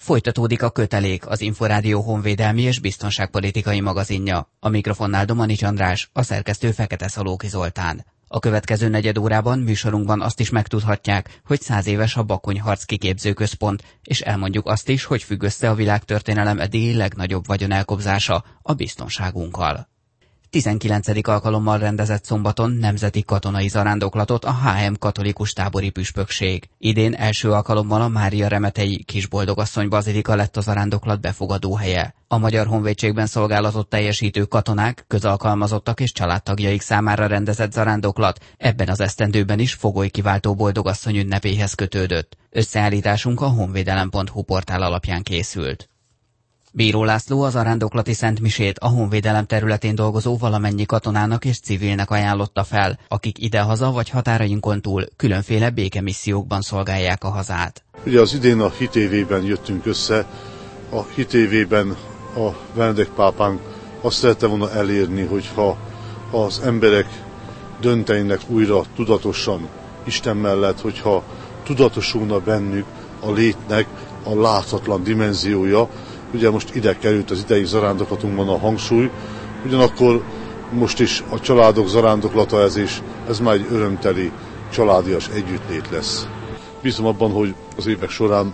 Folytatódik a Kötelék, az Inforádió honvédelmi és biztonságpolitikai magazinja. A mikrofonnál Domanics András, a szerkesztő Fekete Szalóki Zoltán. A következő negyed órában műsorunkban azt is megtudhatják, hogy 100 éves a Bakony-harc kiképzőközpont, és elmondjuk azt is, hogy függ össze a világtörténelem eddigi legnagyobb vagyonelkobzása a biztonságunkkal. 19. alkalommal rendezett szombaton nemzeti katonai zarándoklatot a HM katolikus tábori püspökség. Idén első alkalommal a Mária Remetei Kisboldogasszony bazilika lett a zarándoklat befogadó helye. A Magyar Honvédségben szolgálatot teljesítő katonák, közalkalmazottak és családtagjaik számára rendezett zarándoklat ebben az esztendőben is Fogolykiváltó Boldogasszony ünnepéhez kötődött. Összeállításunk a honvédelem.hu portál alapján készült. Bíró László az zarándoklati szentmisét a honvédelem területén dolgozó valamennyi katonának és civilnek ajánlotta fel, akik idehaza vagy határainkon túl különféle békemissziókban szolgálják a hazát. Ugye az idén a hitévében jöttünk össze, a hitévében a Benedek pápánk azt szerette volna elérni, hogyha az emberek döntenének újra tudatosan Isten mellett, hogyha tudatosulna bennük a létnek a láthatatlan dimenziója. Ugye most ide került az idei zarándoklatunkban a hangsúly, ugyanakkor most is a családok zarándoklata ez már egy örömteli, családias együttlét lesz. Bízom abban, hogy az évek során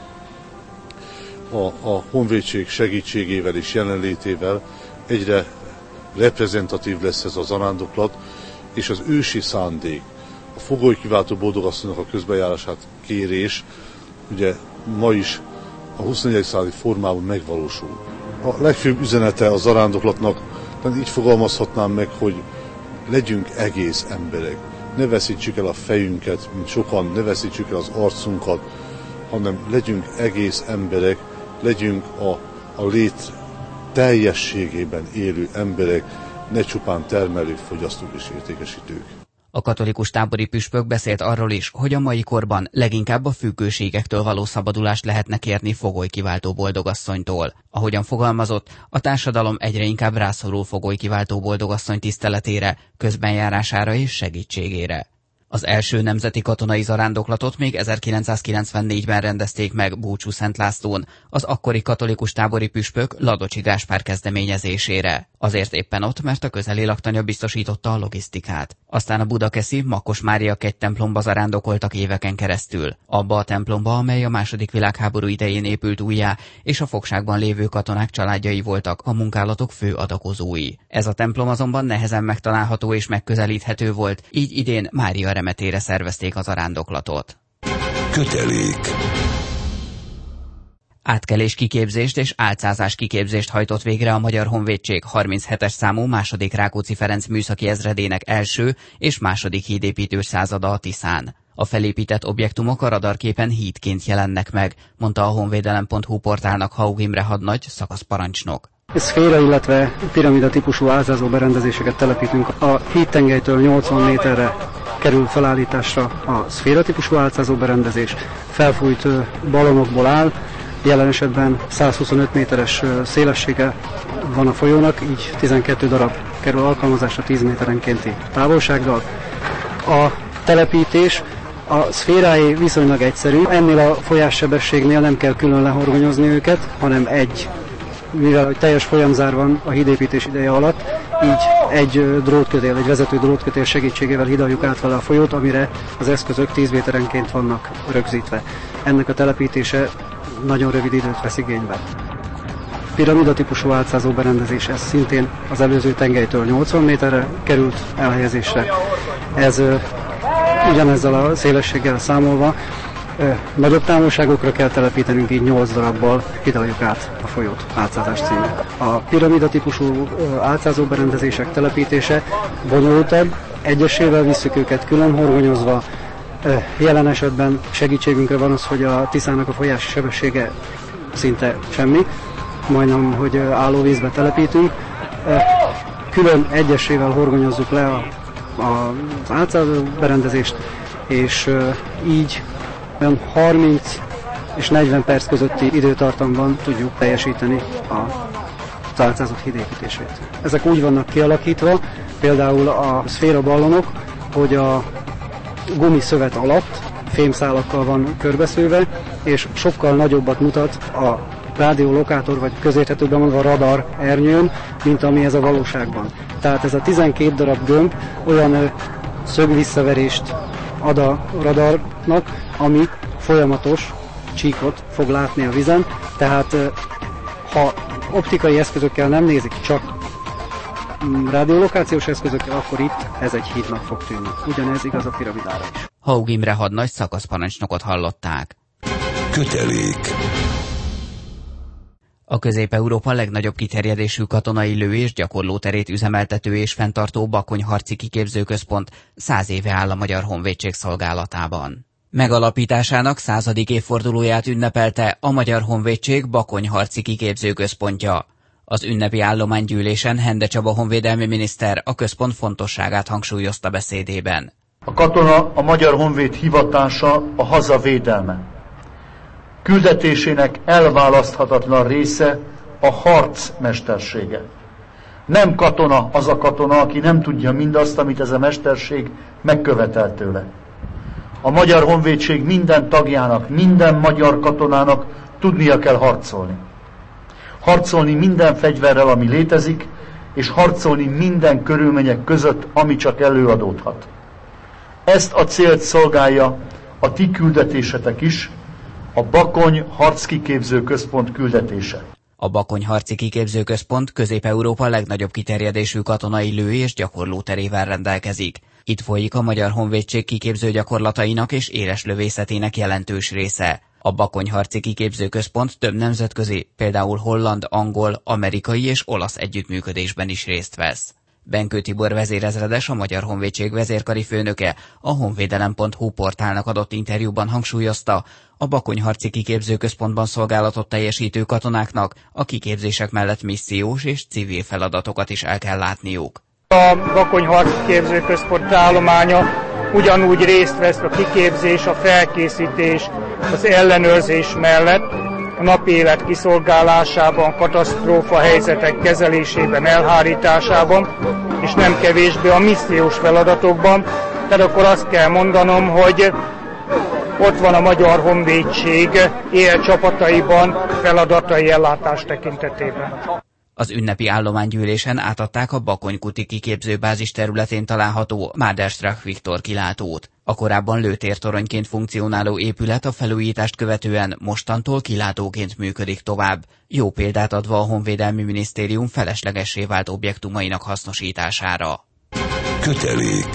a honvédség segítségével és jelenlétével egyre reprezentatív lesz ez a zarándoklat, és az ősi szándék, a Fogolykiváltó Boldogasszonynak a közbejárását kérés, ugye ma is a 24. századi formában megvalósul. A legfőbb üzenete a zarándoklatnak, így fogalmazhatnám meg, hogy legyünk egész emberek. Ne veszítsük el a fejünket, mint sokan, ne veszítsük el az arcunkat, hanem legyünk egész emberek, legyünk a lét teljességében élő emberek, ne csupán termelők, fogyasztók és értékesítők. A katolikus tábori püspök beszélt arról is, hogy a mai korban leginkább a függőségektől való szabadulást lehetne kérni Fogolykiváltó Boldogasszonytól. Ahogyan fogalmazott, a társadalom egyre inkább rászorul Fogolykiváltó Boldogasszony tiszteletére, közbenjárására és segítségére. Az első nemzeti katonai zarándoklatot még 1994-ben rendezték meg Búcsú-Szent Lászlón, az akkori katolikus tábori püspök Ladocsi Gáspár kezdeményezésére. Azért éppen ott, mert a közeli laktanya biztosította a logisztikát. Aztán a budakeszi Makos Mária kegytemplomba zarándokoltak éveken keresztül. Abba a templomba, amely a II. Világháború idején épült újjá, és a fogságban lévő katonák családjai voltak a munkálatok fő adakozói. Ez a templom azonban nehezen megtalálható és megközelíthető volt, így idén Mária Remetére szervezték az zarándoklatot. Kötelék. Átkelés kiképzést és álcázás kiképzést hajtott végre a Magyar Honvédség 37-es számú II. Rákóczi Ferenc műszaki ezredének első és második hídépítő százada a Tiszán. A felépített objektumok a radarképen hídként jelennek meg, mondta a honvédelem.hu portálnak Haug Imre hadnagy, szakaszparancsnok. Szféra, illetve piramida típusú álcázó berendezéseket telepítünk. A hídtengelytől 80 méterre kerül felállításra a szféra típusú álcázó berendezés. Felfújt balonokból áll, jelen esetben 125 méteres szélessége van a folyónak, így 12 darab kerül alkalmazásra 10 méterenkénti távolsággal. A telepítés a szféráé viszonylag egyszerű, ennél a folyássebességnél nem kell külön lehorgonyozni őket, hanem mivel hogy teljes folyamzár van a hídépítés ideje alatt, így egy vezető drótkötél segítségével hidaljuk át vele a folyót, amire az eszközök 10 méterenként vannak rögzítve. Ennek a telepítése nagyon rövid időt vesz igénybe. Piramida típusú álcázó berendezés, ez szintén az előző tengelytől 80 méterre került elhelyezésre. Ez ugyanezzel a szélességgel számolva nagyobb távolságokra kell telepítenünk, így 8 darabbal hidaljuk át a folyót álcázás címmel. A piramida típusú álcázó berendezések telepítése bonyolultabb, egyesével visszük őket külön horgonyozva. Jelen esetben segítségünkre van az, hogy a Tiszának a folyási sebessége szinte semmi, majdnem, hogy állóvízbe telepítünk. Külön egyesével horgonyozzuk le az álcázó berendezést, és így olyan 30 és 40 perc közötti időtartamban tudjuk teljesíteni az álcázott hídépítését. Ezek úgy vannak kialakítva, például a szféra ballonok, hogy a gumiszövet alatt fémszálakkal van körbeszőve, és sokkal nagyobbat mutat a rádiolokátor, vagy közérthetőben mondva radar ernyőn, mint ami ez a valóságban. Tehát ez a 12 darab gömb olyan szögvisszaverést ad a radarnak, ami folyamatos csíkot fog látni a vízen, tehát ha optikai eszközökkel nem nézik, csak rádiolokációs eszközökkel, akkor itt ez egy hídnak fog tűnni. Ugyanez igaz a piramidára is. Haug Imre hadnagy szakaszparancsnokot hallották. Kötelék. A Közép-Európa legnagyobb kiterjedésű katonai lő- és gyakorlóterét üzemeltető és fenntartó Bakony harci kiképzőközpont 100 éve áll a Magyar Honvédség szolgálatában. Megalapításának 100. évfordulóját ünnepelte a Magyar Honvédség Bakony harci kiképzőközpontja. Az ünnepi állománygyűlésen Hende Csaba honvédelmi miniszter a központ fontosságát hangsúlyozta beszédében. A katona, a Magyar Honvéd hivatása a haza védelme. Küldetésének elválaszthatatlan része a harc mestersége. Nem katona az a katona, aki nem tudja mindazt, amit ez a mesterség megkövetel tőle. A Magyar Honvédség minden tagjának, minden magyar katonának tudnia kell harcolni. Harcolni minden fegyverrel, ami létezik, és harcolni minden körülmények között, ami csak előadódhat. Ezt a célt szolgálja a ti küldetésetek is, a Bakony harckiképző központ küldetése. A Bakony harci kiképzőközpont Közép-Európa legnagyobb kiterjedésű katonai lő- és gyakorlóterével rendelkezik. Itt folyik a Magyar Honvédség kiképző gyakorlatainak és éles lövészetének jelentős része. A Bakony harci kiképzőközpont több nemzetközi, például holland, angol, amerikai és olasz együttműködésben is részt vesz. Benkő Tibor vezérezredes, a Magyar Honvédség vezérkari főnöke a honvédelem.hu portálnak adott interjúban hangsúlyozta, a Bakony harci kiképzőközpontban szolgálatot teljesítő katonáknak a kiképzések mellett missziós és civil feladatokat is el kell látniuk. A Bakony harci kiképzőközpont állománya ugyanúgy részt vesz a kiképzés, a felkészítés, az ellenőrzés mellett a napi élet kiszolgálásában, katasztrófa helyzetek kezelésében, elhárításában, és nem kevésbé a missziós feladatokban. Tehát akkor azt kell mondanom, hogy ott van a Magyar Honvédség élcsapataiban feladatai ellátás tekintetében. Az ünnepi állománygyűlésen átadták a Bakony-Kuti kiképzőbázis területén található Máderstrach Viktor kilátót. A korábban lőtértoronyként funkcionáló épület a felújítást követően mostantól kilátóként működik tovább, jó példát adva a Honvédelmi Minisztérium feleslegessé vált objektumainak hasznosítására. Kötelék.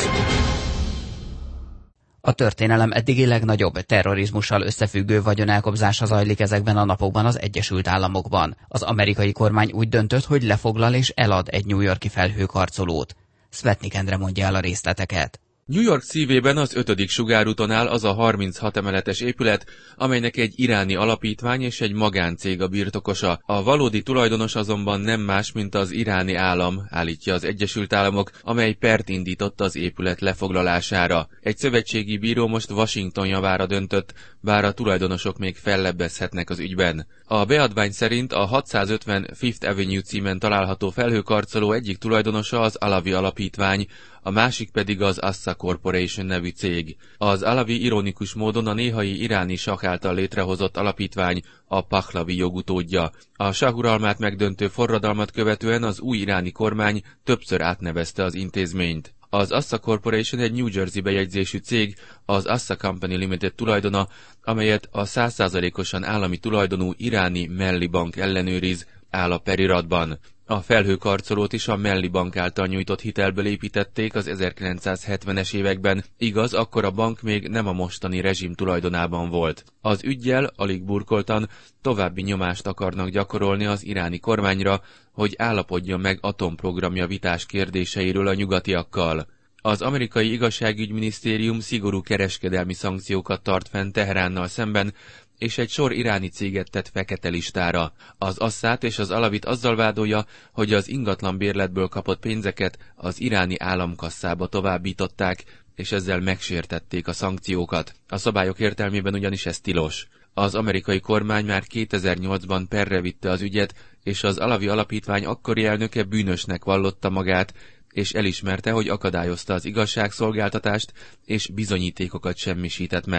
A történelem eddigi legnagyobb terrorizmussal összefüggő vagyonelkobzása zajlik ezekben a napokban az Egyesült Államokban. Az amerikai kormány úgy döntött, hogy lefoglal és elad egy New York-i felhőkarcolót. Szvetnik Endre mondja el a részleteket. New York szívében az 5. sugárúton áll az a 36 emeletes épület, amelynek egy iráni alapítvány és egy magáncég a birtokosa. A valódi tulajdonos azonban nem más, mint az iráni állam, állítja az Egyesült Államok, amely pert indított az épület lefoglalására. Egy szövetségi bíró most Washington javára döntött, bár a tulajdonosok még fellebbezhetnek az ügyben. A beadvány szerint a 650 Fifth Avenue címen található felhőkarcoló egyik tulajdonosa az Alavi alapítvány, a másik pedig az Assa Corporation nevű cég. Az Alavi ironikus módon a néhai iráni sah által létrehozott alapítvány, a Pahlavi jogutódja. A sah uralmát megdöntő forradalmat követően az új iráni kormány többször átnevezte az intézményt. Az Assa Corporation egy New Jersey bejegyzésű cég, az Assa Company Limited tulajdona, amelyet a 100%-osan állami tulajdonú iráni Melli Bank ellenőriz, áll a periratban. A felhőkarcolót is a Melli Bank által nyújtott hitelből építették az 1970-es években, igaz, akkor a bank még nem a mostani rezsim tulajdonában volt. Az üggyel alig burkoltan további nyomást akarnak gyakorolni az iráni kormányra, hogy állapodjon meg atomprogramja vitás kérdéseiről a nyugatiakkal. Az amerikai igazságügyminisztérium szigorú kereskedelmi szankciókat tart fenn Teheránnal szemben, és egy sor iráni céget tett fekete listára. Az Assát és az Alavit azzal vádolja, hogy az ingatlan bérletből kapott pénzeket az iráni államkasszába továbbították, és ezzel megsértették a szankciókat. A szabályok értelmében ugyanis ez tilos. Az amerikai kormány már 2008-ban perre vitte az ügyet, és az Alavi alapítvány akkori elnöke bűnösnek vallotta magát, és elismerte, hogy akadályozta az igazságszolgáltatást, és bizonyítékokat semmisített meg.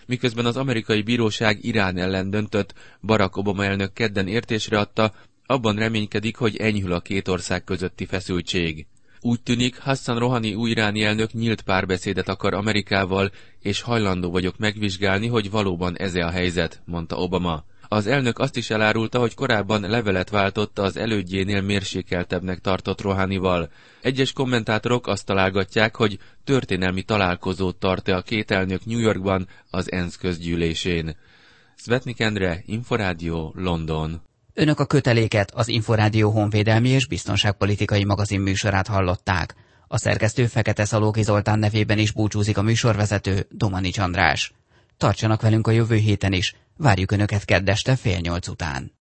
Miközben az amerikai bíróság Irán ellen döntött, Barack Obama elnök kedden értésre adta, abban reménykedik, hogy enyhül a két ország közötti feszültség. Úgy tűnik, Hassan Rouhani új iráni elnök nyílt párbeszédet akar Amerikával, és hajlandó vagyok megvizsgálni, hogy valóban ez-e a helyzet, mondta Obama. Az elnök azt is elárulta, hogy korábban levelet váltott az elődjénél mérsékeltebbnek tartott Rouhanival. Egyes kommentátorok azt találgatják, hogy történelmi találkozót tart-e a két elnök New Yorkban az ENSZ közgyűlésén. Szvetnik Endre, Inforádió, London. Önök a köteléket, az Inforádió honvédelmi és biztonságpolitikai magazin műsorát hallották. A szerkesztő Fekete Szalóki Zoltán nevében is búcsúzik a műsorvezető, Domanics András. Tartsanak velünk a jövő héten is, várjuk Önöket kedd este 7:30 után.